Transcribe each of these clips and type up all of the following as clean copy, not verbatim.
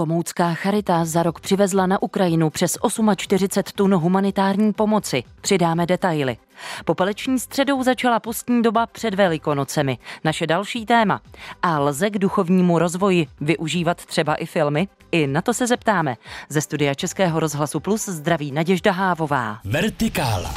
Olomoucká charita za rok přivezla na Ukrajinu přes 48 tun humanitární pomoci. Přidáme detaily. Popeleční středou začala postní doba před Velikonocemi. Naše další téma. A lze k duchovnímu rozvoji využívat třeba i filmy? I na to se zeptáme. Ze studia Českého rozhlasu Plus zdraví Naděžda Hávová. Vertikála.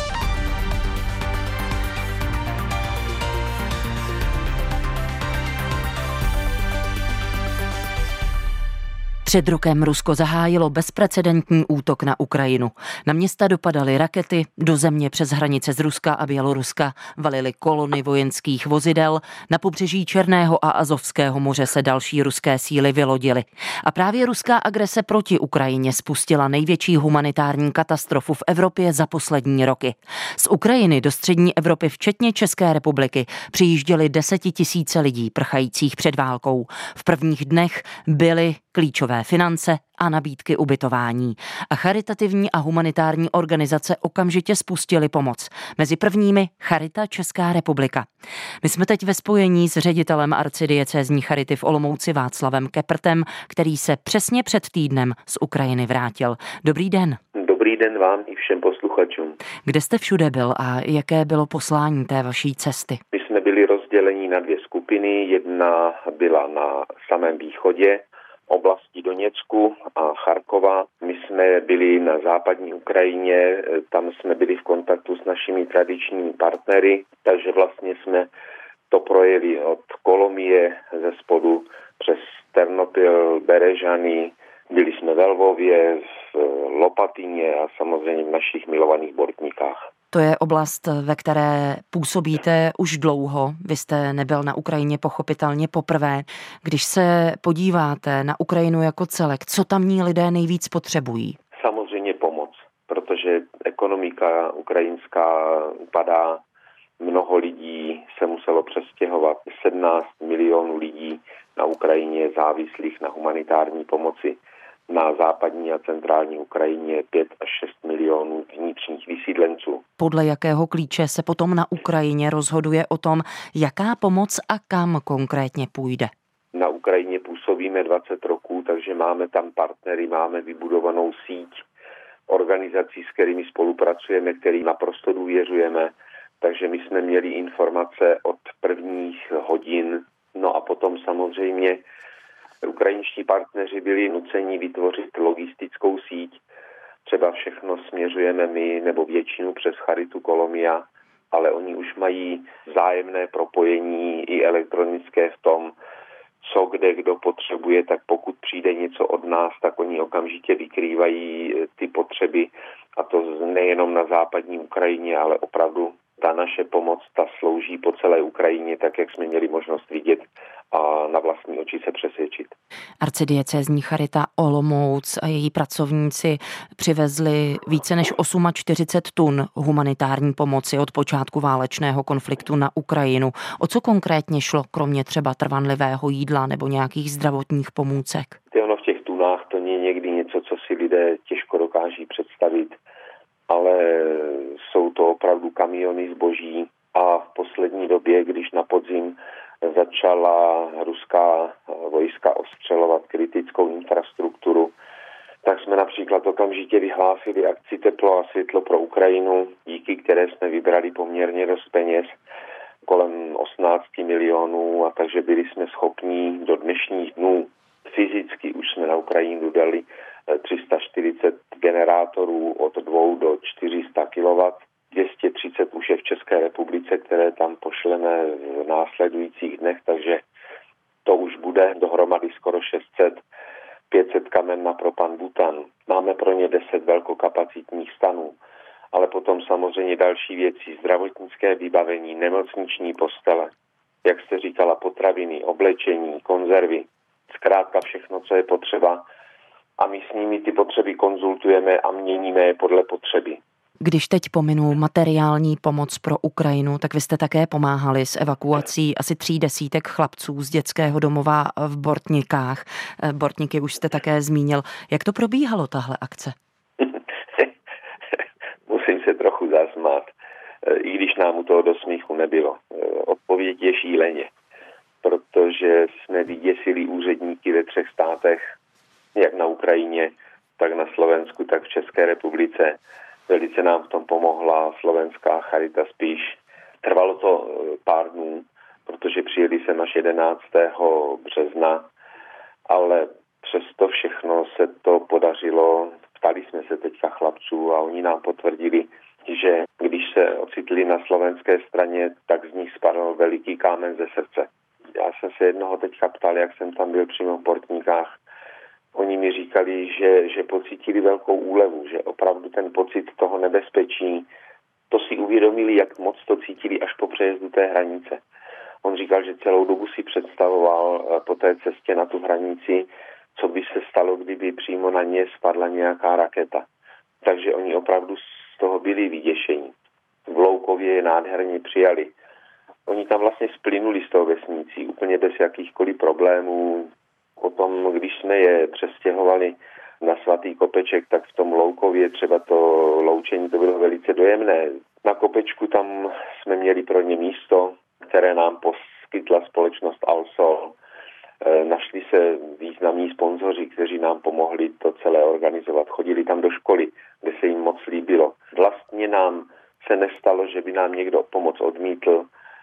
Před rokem Rusko zahájilo bezprecedentní útok na Ukrajinu. Na města dopadaly rakety, do země přes hranice z Ruska a Běloruska valily kolony vojenských vozidel, na pobřeží Černého a Azovského moře se další ruské síly vylodily. A právě ruská agrese proti Ukrajině spustila největší humanitární katastrofu v Evropě za poslední roky. Z Ukrajiny do střední Evropy, včetně České republiky, přijížděly 10 000 lidí prchajících před válkou. V prvních dnech byly klíčové finance a nabídky ubytování. A charitativní a humanitární organizace okamžitě spustily pomoc. Mezi prvními Charita Česká republika. My jsme teď ve spojení s ředitelem arcidiecézní charity v Olomouci Václavem Keprtem, který se přesně před týdnem z Ukrajiny vrátil. Dobrý den. Dobrý den vám i všem posluchačům. Kde jste všude byl a jaké bylo poslání té vaší cesty? My jsme byli rozděleni na dvě skupiny. Jedna byla na samém východě, oblasti Doněcku a Charkova. My jsme byli na západní Ukrajině, tam jsme byli v kontaktu s našimi tradičními partnery, takže vlastně jsme to projeli od Kolomie ze spodu přes Ternopil, Berežany, byli jsme ve Lvově, v Lopatyně a samozřejmě v našich milovaných Bortnikách. To je oblast, ve které působíte už dlouho. Vy jste nebyl na Ukrajině pochopitelně poprvé. Když se podíváte na Ukrajinu jako celek, co tamní lidé nejvíc potřebují? Samozřejmě pomoc, protože ekonomika ukrajinská upadá. Mnoho lidí se muselo přestěhovat. 17 milionů lidí na Ukrajině závislých na humanitární pomoci. Na západní a centrální Ukrajině 5 až 6 milionů vnitřních vysídlenců. Podle jakého klíče se potom na Ukrajině rozhoduje o tom, jaká pomoc a kam konkrétně půjde? Na Ukrajině působíme 20 roků, takže máme tam partnery, máme vybudovanou síť organizací, s kterými spolupracujeme, kterým naprosto důvěřujeme. Takže my jsme měli informace od prvních hodin, no a potom samozřejmě ukrajinští partneři byli nuceni vytvořit logistickou síť. Třeba všechno směřujeme my, nebo většinu přes Charitu Kolomia, ale oni už mají vzájemné propojení i elektronické v tom, co kde kdo potřebuje, tak pokud přijde něco od nás, tak oni okamžitě vykrývají ty potřeby. A to nejenom na západní Ukrajině, ale opravdu ta naše pomoc, ta slouží po celé Ukrajině, tak jak jsme měli možnost vidět a na vlastní oči se přesvědčit. Arcidiecézní charita Olomouc a její pracovníci přivezli více než 48 tun humanitární pomoci od počátku válečného konfliktu na Ukrajinu. O co konkrétně šlo, kromě třeba trvanlivého jídla nebo nějakých zdravotních pomůcek? Ono v těch tunách to je někdy něco, co si lidé těžko dokáží představit, ale jsou to opravdu kamiony zboží a v poslední době, když na podzim začala ruská vojska ostřelovat kritickou infrastrukturu, tak jsme například okamžitě vyhlásili akci Teplo a světlo pro Ukrajinu, díky které jsme vybrali poměrně dost peněz, kolem 18 milionů, a takže byli jsme schopni do dnešních dnů fyzicky už jsme na Ukrajinu dali 340 generátorů od 2 do 400 kW, 230 už je v České republice, které tam pošleme v následujících dnech, takže to už bude dohromady skoro 600, 500 kamen na propan butan. Máme pro ně 10 velkokapacitních stanů, ale potom samozřejmě další věci, zdravotnické vybavení, nemocniční postele, jak jste říkala, potraviny, oblečení, konzervy, zkrátka všechno, co je potřeba, a my s nimi ty potřeby konzultujeme a měníme je podle potřeby. Když teď pominu materiální pomoc pro Ukrajinu, tak vy jste také pomáhali s evakuací asi 300 chlapců z dětského domova v Bortnikách. Bortniky už jste také zmínil. Jak to probíhalo, tahle akce? Musím se trochu zasmát, i když nám u toho do smíchu nebylo. Odpověď je šíleně, protože jsme vyděsili úředníky ve 3 státech, jak na Ukrajině, tak na Slovensku, tak v České republice. Velice nám v tom pomohla slovenská Charita Spiš. Trvalo to pár dnů, protože přijeli sem až 11. března, ale přesto všechno se to podařilo. Ptali jsme se teďka chlapců a oni nám potvrdili, že když se ocitli na slovenské straně, tak z nich spadl veliký kámen ze srdce. Já jsem se jednoho teďka ptal, jak jsem tam byl přímo v Portníkách. Oni mi říkali, že pocítili velkou úlevu, že opravdu ten pocit toho nebezpečí, to si uvědomili, jak moc to cítili až po přejezdu té hranice. On říkal, že celou dobu si představoval po té cestě na tu hranici, co by se stalo, kdyby přímo na ně spadla nějaká raketa. Takže oni opravdu z toho byli vyděšení. V Loukově je nádherně přijali. Oni tam vlastně splynuli z toho vesnicí, úplně bez jakýchkoliv problémů. Potom, když jsme je přestěhovali na Svatý Kopeček, tak v tom Loukově třeba to loučení to bylo velice dojemné. Na Kopečku tam jsme měli pro ně místo, které nám poskytla společnost Alsol. Našli se významní sponzoři, kteří nám pomohli to celé organizovat. Chodili tam do školy, kde se jim moc líbilo. Vlastně nám se nestalo, že by nám někdo pomoc odmítl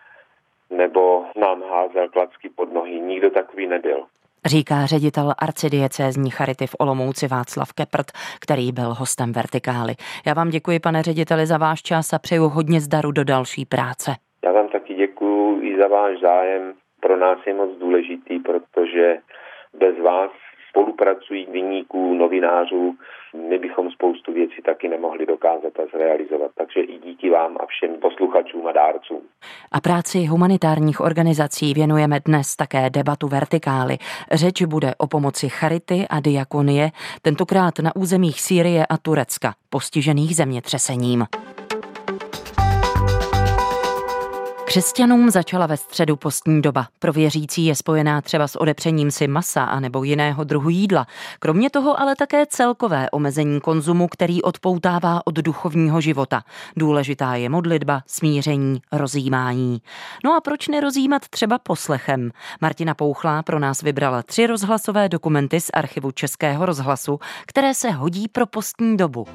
nebo nám házel klacky pod nohy. Nikdo takový nebyl. Říká ředitel arcidiecézní charity v Olomouci Václav Keppert, který byl hostem Vertikály. Já vám děkuji, pane řediteli, za váš čas a přeju hodně zdaru do další práce. Já vám taky děkuji i za váš zájem. Pro nás je moc důležitý, protože bez vás, spolupracují viníků, novinářů, my bychom spoustu věcí taky nemohli dokázat a zrealizovat. Takže i díky vám a všem posluchačům a dárcům. A práci humanitárních organizací věnujeme dnes také debatu Vertikály. Řeč bude o pomoci charity a diakonie, tentokrát na územích Sýrie a Turecka, postižených zemětřesením. Křesťanům začala ve středu postní doba. Pro věřící je spojená třeba s odepřením si masa a nebo jiného druhu jídla. Kromě toho ale také celkové omezení konzumu, který odpoutává od duchovního života. Důležitá je modlitba, smíření, rozjímání. No a proč nerozjímat třeba poslechem? Martina Pouchlá pro nás vybrala 3 rozhlasové dokumenty z archivu Českého rozhlasu, které se hodí pro postní dobu.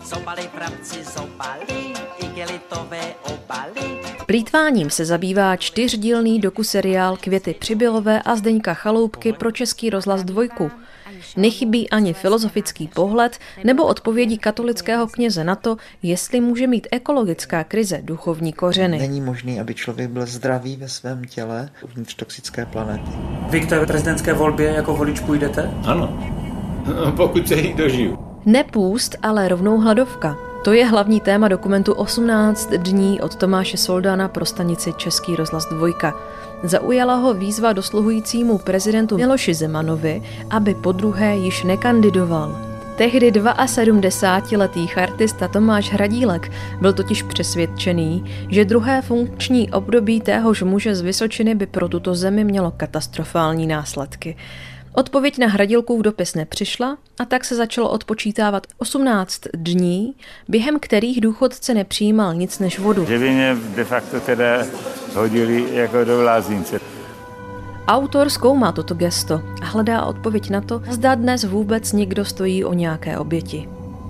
Plýtváním se zabývá 4dílný dokuseriál Květy Přibylové a Zdeňka Chaloupky pro Český rozhlas 2. Nechybí ani filozofický pohled nebo odpovědi katolického kněze na to, jestli může mít ekologická krize duchovní kořeny. Není možný, aby člověk byl zdravý ve svém těle uvnitř toxické planety. Vy k té prezidentské volbě jako volič půjdete? Ano, pokud se jí dožiju. Nepůst, ale rovnou hladovka. To je hlavní téma dokumentu 18 dní od Tomáše Soldana pro stanici Český rozhlas 2. Zaujala ho výzva dosluhujícímu prezidentu Miloši Zemanovi, aby podruhé již nekandidoval. Tehdy 72letý chartista Tomáš Hradílek byl totiž přesvědčený, že druhé funkční období téhož muže z Vysočiny by pro tuto zemi mělo katastrofální následky. Odpověď na Hradílkův dopis nepřišla a tak se začalo odpočítávat 18 dní, během kterých důchodce nepřijímal nic než vodu. Že by mě de facto teda hodili jako do lázince. Autor zkoumá toto gesto a hledá odpověď na to, zda dnes vůbec někdo stojí o nějaké oběti.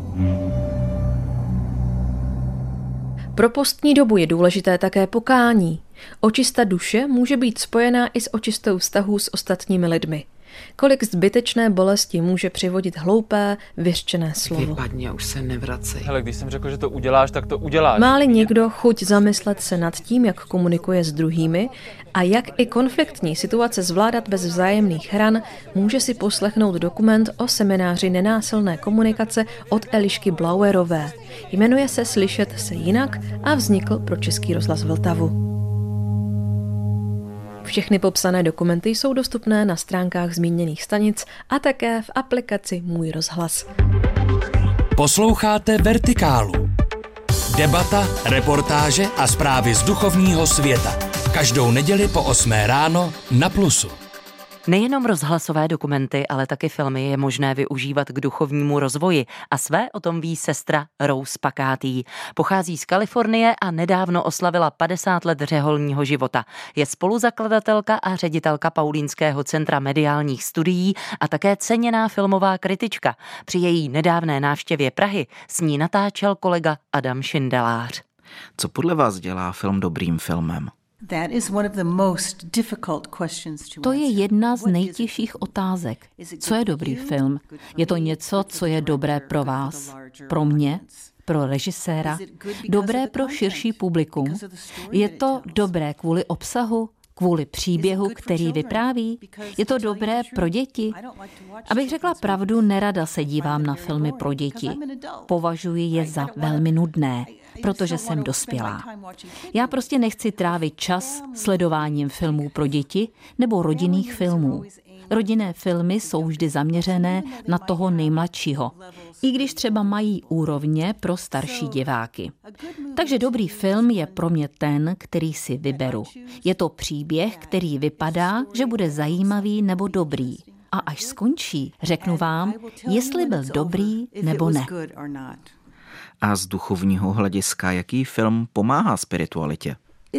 Pro postní dobu je důležité také pokání. Očista duše může být spojená i s očistou vztahů s ostatními lidmi. Kolik zbytečné bolesti může přivodit hloupé, vyřčené slovo. Vypadně, už se nevracej. Hele, když jsem řekl, že to uděláš, tak to uděláš. Má-li někdo chuť zamyslet se nad tím, jak komunikuje s druhými a jak i konfliktní situace zvládat bez vzájemných ran, může si poslechnout dokument o semináři nenásilné komunikace od Elišky Blauerové. Jmenuje se Slyšet se jinak a vznikl pro Český rozhlas Vltavu. Všechny popsané dokumenty jsou dostupné na stránkách zmíněných stanic a také v aplikaci Můj rozhlas. Posloucháte Vertikálu. Debata, reportáže a zprávy z duchovního světa. Každou neděli po 8 ráno na Plusu. Nejenom rozhlasové dokumenty, ale taky filmy je možné využívat k duchovnímu rozvoji a své o tom ví sestra Rose Pakátý. Pochází z Kalifornie a nedávno oslavila 50 let řeholního života. Je spoluzakladatelka a ředitelka Paulínského centra mediálních studií a také ceněná filmová kritička. Při její nedávné návštěvě Prahy s ní natáčel kolega Adam Šindelář. Co podle vás dělá film dobrým filmem? To je jedna z nejtěžších otázek. Co je dobrý film? Je to něco, co je dobré pro vás, pro mě, pro režiséra, dobré pro širší publikum? Je to dobré kvůli obsahu, kvůli příběhu, který vypráví? Je to dobré pro děti? Abych řekla pravdu, nerada se dívám na filmy pro děti. Považuji je za velmi nudné, protože jsem dospělá. Já prostě nechci trávit čas sledováním filmů pro děti nebo rodinných filmů. Rodinné filmy jsou vždy zaměřené na toho nejmladšího, i když třeba mají úrovně pro starší diváky. Takže dobrý film je pro mě ten, který si vyberu. Je to příběh, který vypadá, že bude zajímavý nebo dobrý. A až skončí, řeknu vám, jestli byl dobrý nebo ne. A z duchovního hlediska, jaký film pomáhá spiritualitě?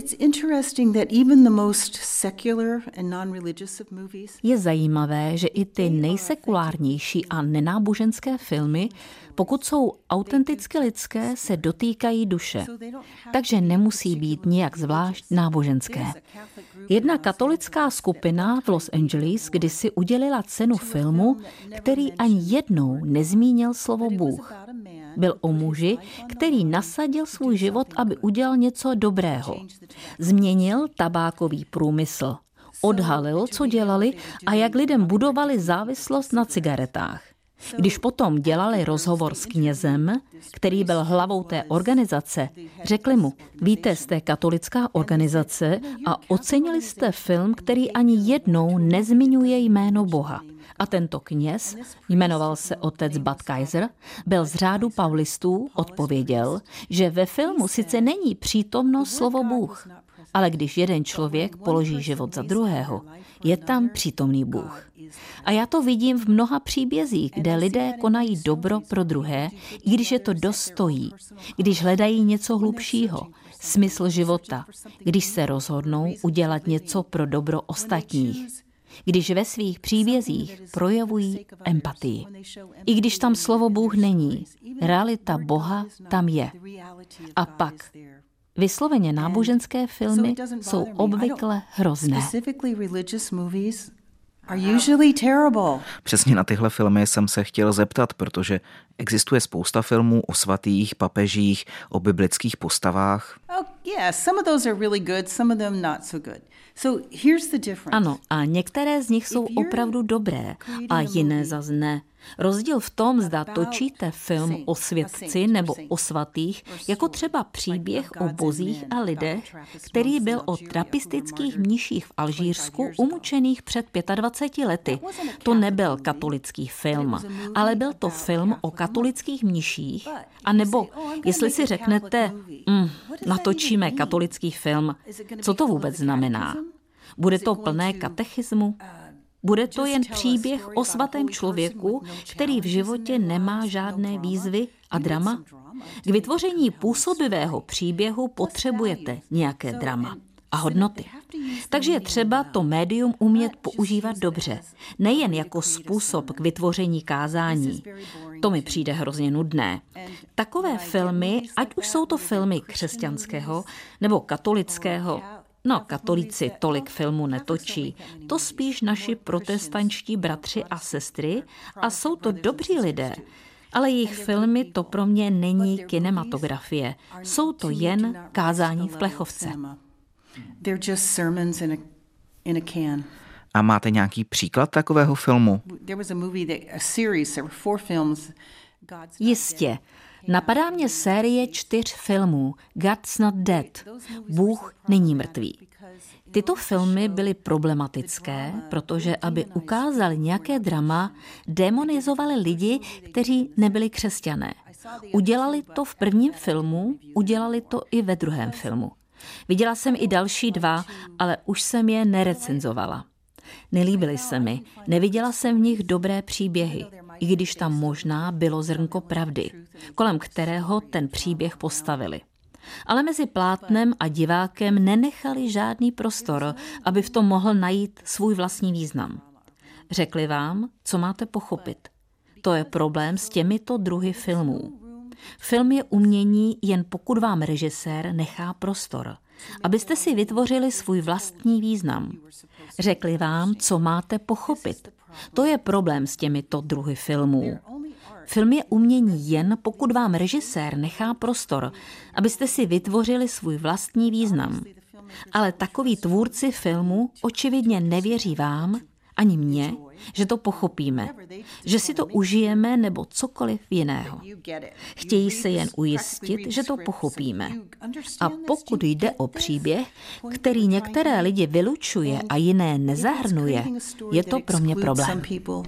Je zajímavé, že i ty nejsekulárnější a nenáboženské filmy, pokud jsou autenticky lidské, se dotýkají duše. Takže nemusí být nijak zvlášť náboženské. Jedna katolická skupina v Los Angeles kdysi udělila cenu filmu, který ani jednou nezmínil slovo Bůh. Byl o muži, který nasadil svůj život, aby udělal něco dobrého. Změnil tabákový průmysl. Odhalil, co dělali a jak lidem budovali závislost na cigaretách. Když potom dělali rozhovor s knězem, který byl hlavou té organizace, řekli mu, víte, jste katolická organizace a ocenili jste film, který ani jednou nezmiňuje jméno Boha. A tento kněz, jmenoval se otec Bud Kaiser, byl z řádu paulistů, odpověděl, že ve filmu sice není přítomno slovo Bůh, ale když jeden člověk položí život za druhého, je tam přítomný Bůh. A já to vidím v mnoha příbězích, kde lidé konají dobro pro druhé, i když je to dost stojí, když hledají něco hlubšího, smysl života, když se rozhodnou udělat něco pro dobro ostatních, když ve svých příbězích projevují empatii. I když tam slovo Bůh není, realita Boha tam je. A pak vysloveně náboženské filmy jsou obvykle hrozné. Přesně na tyhle filmy jsem se chtěl zeptat, protože existuje spousta filmů o svatých, papežích, o biblických postavách. Ano, a některé z nich jsou opravdu dobré a jiné zas ne. Rozdíl v tom, zda točíte film o světci nebo o svatých, jako třeba příběh o bozích a lidech, který byl o trapistických mniších v Alžírsku umučených před 25 lety. To nebyl katolický film, ale byl to film o katolických mniších, a nebo, jestli si řeknete, natočíme katolický film, co to vůbec znamená? Bude to plné katechismu? Bude to jen příběh o svatém člověku, který v životě nemá žádné výzvy a drama? K vytvoření působivého příběhu potřebujete nějaké drama a hodnoty. Takže je třeba to médium umět používat dobře. Nejen jako způsob k vytvoření kázání. To mi přijde hrozně nudné. Takové filmy, ať už jsou to filmy křesťanského nebo katolického, katolíci tolik filmů netočí. To spíš naši protestančtí bratři a sestry a jsou to dobří lidé. Ale jejich filmy to pro mě není kinematografie. Jsou to jen kázání v plechovce. A máte nějaký příklad takového filmu? Jistě. Napadá mě série 4 filmů God's Not Dead. Bůh není mrtvý. Tyto filmy byly problematické, protože aby ukázali nějaké drama, demonizovali lidi, kteří nebyli křesťané. Udělali to v prvním filmu, udělali to i ve druhém filmu. Viděla jsem i další 2, ale už jsem je nerecenzovala. Nelíbily se mi, neviděla jsem v nich dobré příběhy, i když tam možná bylo zrnko pravdy, kolem kterého ten příběh postavili. Ale mezi plátnem a divákem nenechali žádný prostor, aby v tom mohl najít svůj vlastní význam. Řekli vám, co máte pochopit. To je problém s těmito druhy filmů. Film je umění, jen pokud vám režisér nechá prostor, abyste si vytvořili svůj vlastní význam. Řekli vám, co máte pochopit. To je problém s těmito druhy filmů. Film je umění jen, pokud vám režisér nechá prostor, abyste si vytvořili svůj vlastní význam. Ale takoví tvůrci filmu očividně nevěří vám, ani mně, že to pochopíme, že si to užijeme nebo cokoliv jiného. Chtějí se jen ujistit, že to pochopíme. A pokud jde o příběh, který některé lidi vylučuje a jiné nezahrnuje, je to pro mě problém.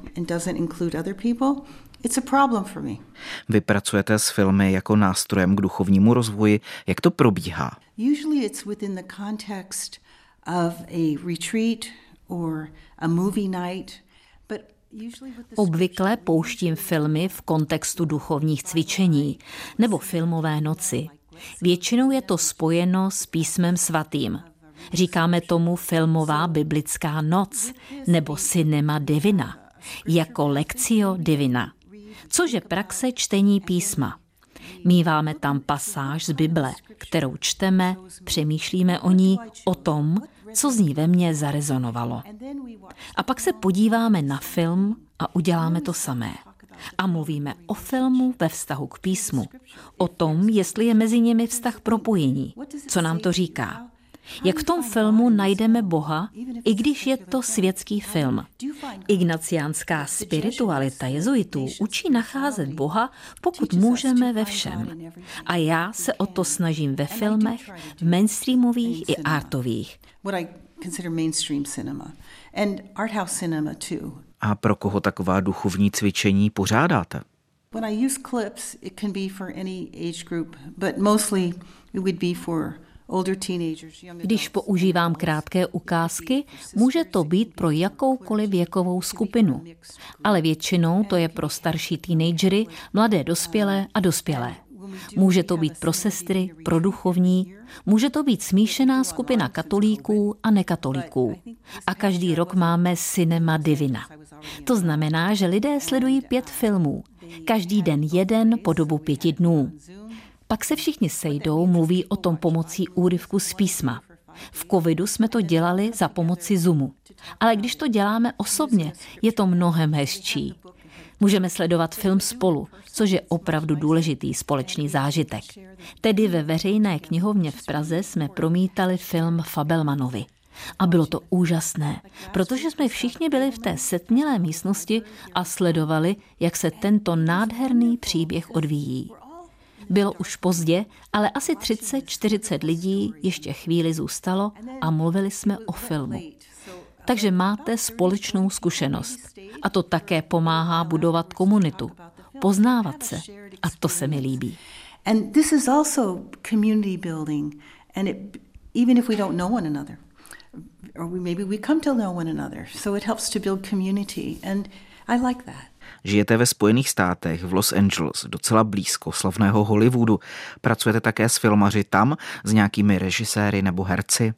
Vy pracujete s filmy jako nástrojem k duchovnímu rozvoji. Jak to probíhá? Usually it's within the context of a retreat or a movie night. Obvykle pouštím filmy v kontextu duchovních cvičení nebo filmové noci. Většinou je to spojeno s písmem svatým. Říkáme tomu filmová biblická noc nebo cinema divina, jako lectio divina, což je praxe čtení písma. Míváme tam pasáž z Bible, kterou čteme, přemýšlíme o ní, o tom, co z ní ve mně zarezonovalo. A pak se podíváme na film a uděláme to samé. A mluvíme o filmu ve vztahu k písmu. O tom, jestli je mezi nimi vztah propojení. Co nám to říká? Jak v tom filmu najdeme Boha, i když je to světský film. Ignaciánská spiritualita jezuitů učí nacházet Boha, pokud můžeme ve všem. A já se o to snažím ve filmech, mainstreamových i artových. A pro koho taková duchovní cvičení pořádáte? When I use clips, it can be for any age group, but mostly it would be for Když používám krátké ukázky, může to být pro jakoukoliv věkovou skupinu. Ale většinou to je pro starší teenagery, mladé dospělé a dospělé. Může to být pro sestry, pro duchovní, může to být smíšená skupina katolíků a nekatolíků. A každý rok máme cinema divina. To znamená, že lidé sledují 5 filmů, každý den jeden po dobu 5 dnů. Pak se všichni sejdou, mluví o tom pomocí úryvku z písma. V covidu jsme to dělali za pomoci Zoomu. Ale když to děláme osobně, je to mnohem hezčí. Můžeme sledovat film spolu, což je opravdu důležitý společný zážitek. Tedy ve veřejné knihovně v Praze jsme promítali film Fabelmanovi. A bylo to úžasné, protože jsme všichni byli v té setmělé místnosti a sledovali, jak se tento nádherný příběh odvíjí. Bylo už pozdě, ale asi 30-40 lidí ještě chvíli zůstalo a mluvili jsme o filmu. Takže máte společnou zkušenost. A to také pomáhá budovat komunitu, poznávat se. A to se mi líbí. And this is also community building. And even if we don't know one another, or maybe we come to know one another. So it helps to build community. And I like that. Žijete ve Spojených státech, v Los Angeles, docela blízko slavného Hollywoodu. Pracujete také s filmaři tam, s nějakými režiséry nebo herci?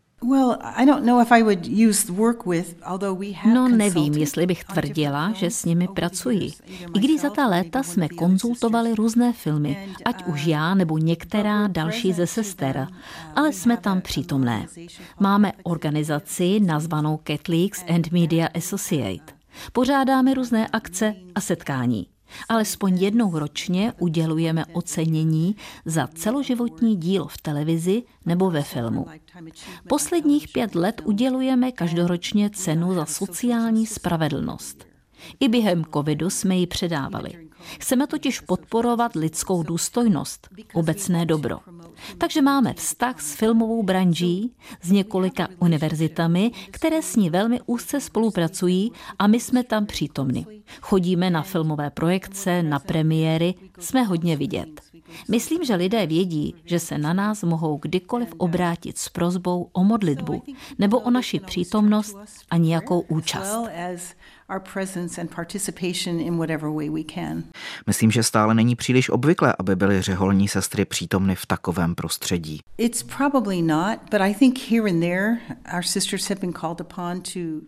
No nevím, jestli bych tvrdila, že s nimi pracuji. I když za ta léta jsme konzultovali různé filmy, ať už já nebo některá další ze sester, ale jsme tam přítomné. Máme organizaci nazvanou Catholics and Media Associate. Pořádáme různé akce a setkání. Alespoň jednou ročně udělujeme ocenění za celoživotní dílo v televizi nebo ve filmu. Posledních 5 let udělujeme každoročně cenu za sociální spravedlnost. I během covidu jsme ji předávali. Chceme totiž podporovat lidskou důstojnost, obecné dobro. Takže máme vztah s filmovou branží, s několika univerzitami, které s ní velmi úzce spolupracují a my jsme tam přítomni. Chodíme na filmové projekce, na premiéry, jsme hodně vidět. Myslím, že lidé vědí, že se na nás mohou kdykoliv obrátit s prosbou o modlitbu nebo o naši přítomnost a nějakou účast. Myslím, že stále není příliš obvyklé, aby byly řeholní sestry přítomny v takovém prostředí. It's probably not, but I think here and there our sisters have been called upon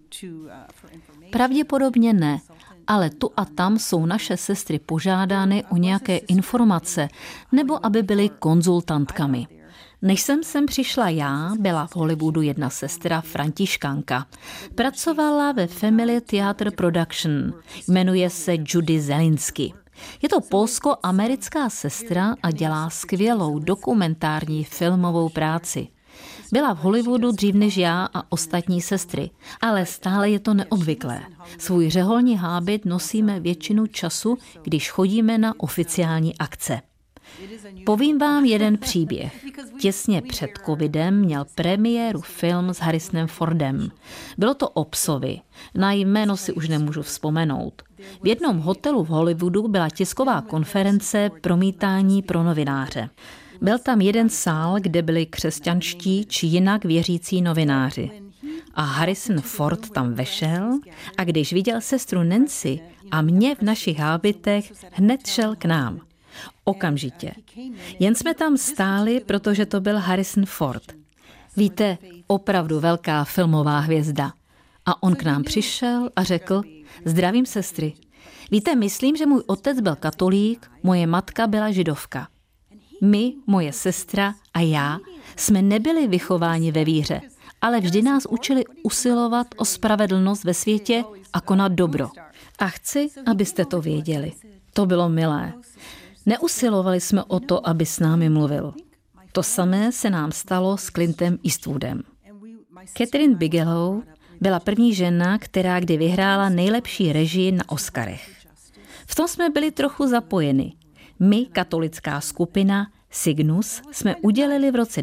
for information. Pravděpodobně ne, ale tu a tam jsou naše sestry požádány o nějaké informace nebo aby byly konzultantkami. Než jsem sem přišla já, byla v Hollywoodu jedna sestra františkánka. Pracovala ve Family Theatre Production. Jmenuje se Judy Zelinsky. Je to polsko-americká sestra a dělá skvělou dokumentární filmovou práci. Byla v Hollywoodu dřív než já a ostatní sestry, ale stále je to neobvyklé. Svůj řeholní hábit nosíme většinu času, když chodíme na oficiální akce. Povím vám jeden příběh. Těsně před covidem měl premiéru film s Harrisonem Fordem. Bylo to o psovi. Na jméno si už nemůžu vzpomenout. V jednom hotelu v Hollywoodu byla tisková konference promítání pro novináře. Byl tam jeden sál, kde byli křesťanští či jinak věřící novináři. A Harrison Ford tam vešel a když viděl sestru Nancy a mě v našich hábitech, hned šel k nám. Okamžitě. Jen jsme tam stáli, protože to byl Harrison Ford. Víte, opravdu velká filmová hvězda. A on k nám přišel a řekl, zdravím sestry. Víte, myslím, že můj otec byl katolík, moje matka byla židovka. My, moje sestra a já, jsme nebyli vychováni ve víře, ale vždy nás učili usilovat o spravedlnost ve světě a konat dobro. A chci, abyste to věděli. To bylo milé. Neusilovali jsme o to, aby s námi mluvil. To samé se nám stalo s Clintem Eastwoodem. Catherine Bigelow byla první žena, která kdy vyhrála nejlepší režii na Oscarech. V tom jsme byli trochu zapojeni. My, katolická skupina Cygnus, jsme udělili v roce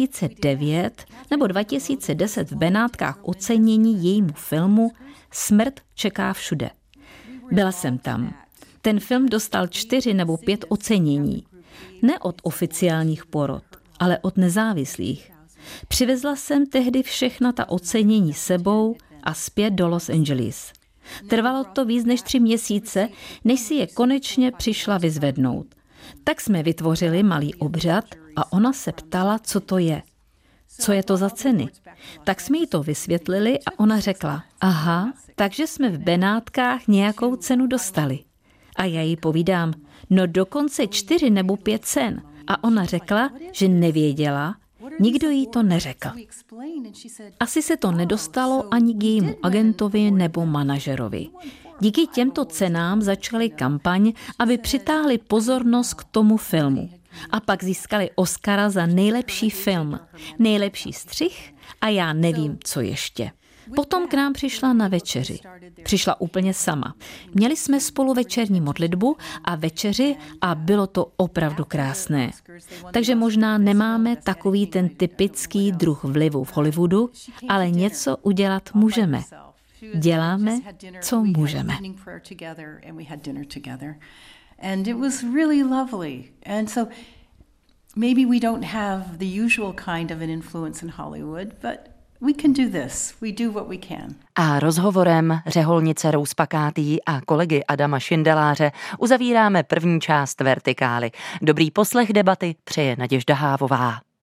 2009 nebo 2010 v Benátkách ocenění jejímu filmu Smrt čeká všude. Byla jsem tam. Ten film dostal 4 nebo 5 ocenění. Ne od oficiálních porod, ale od nezávislých. Přivezla jsem tehdy všechna ta ocenění sebou a zpět do Los Angeles. Trvalo to víc než 3 měsíce, než si je konečně přišla vyzvednout. Tak jsme vytvořili malý obřad a ona se ptala, co to je. Co je to za ceny? Tak jsme jí to vysvětlili a ona řekla, aha, takže jsme v Benátkách nějakou cenu dostali. A já jí povídám, no dokonce 4 nebo 5 cen. A ona řekla, že nevěděla, nikdo jí to neřekl. Asi se to nedostalo ani k jejímu agentovi nebo manažerovi. Díky těmto cenám začali kampaň, aby přitáhli pozornost k tomu filmu. A pak získali Oscara za nejlepší film, nejlepší střih a já nevím, co ještě. Potom k nám přišla na večeři. Přišla úplně sama. Měli jsme spolu večerní modlitbu a večeři a bylo to opravdu krásné. Takže možná nemáme takový ten typický druh vlivu v Hollywoodu, ale něco udělat můžeme. Děláme, co můžeme. And it was really lovely. And so maybe we don't have the usual kind of an influence in Hollywood, but we can do this. We do what we can. A rozhovorem řeholnice Rose Pakátý a kolegy Adama Šindeláře uzavíráme první část Vertikály. Dobrý poslech debaty přeje Naděžda Hávová.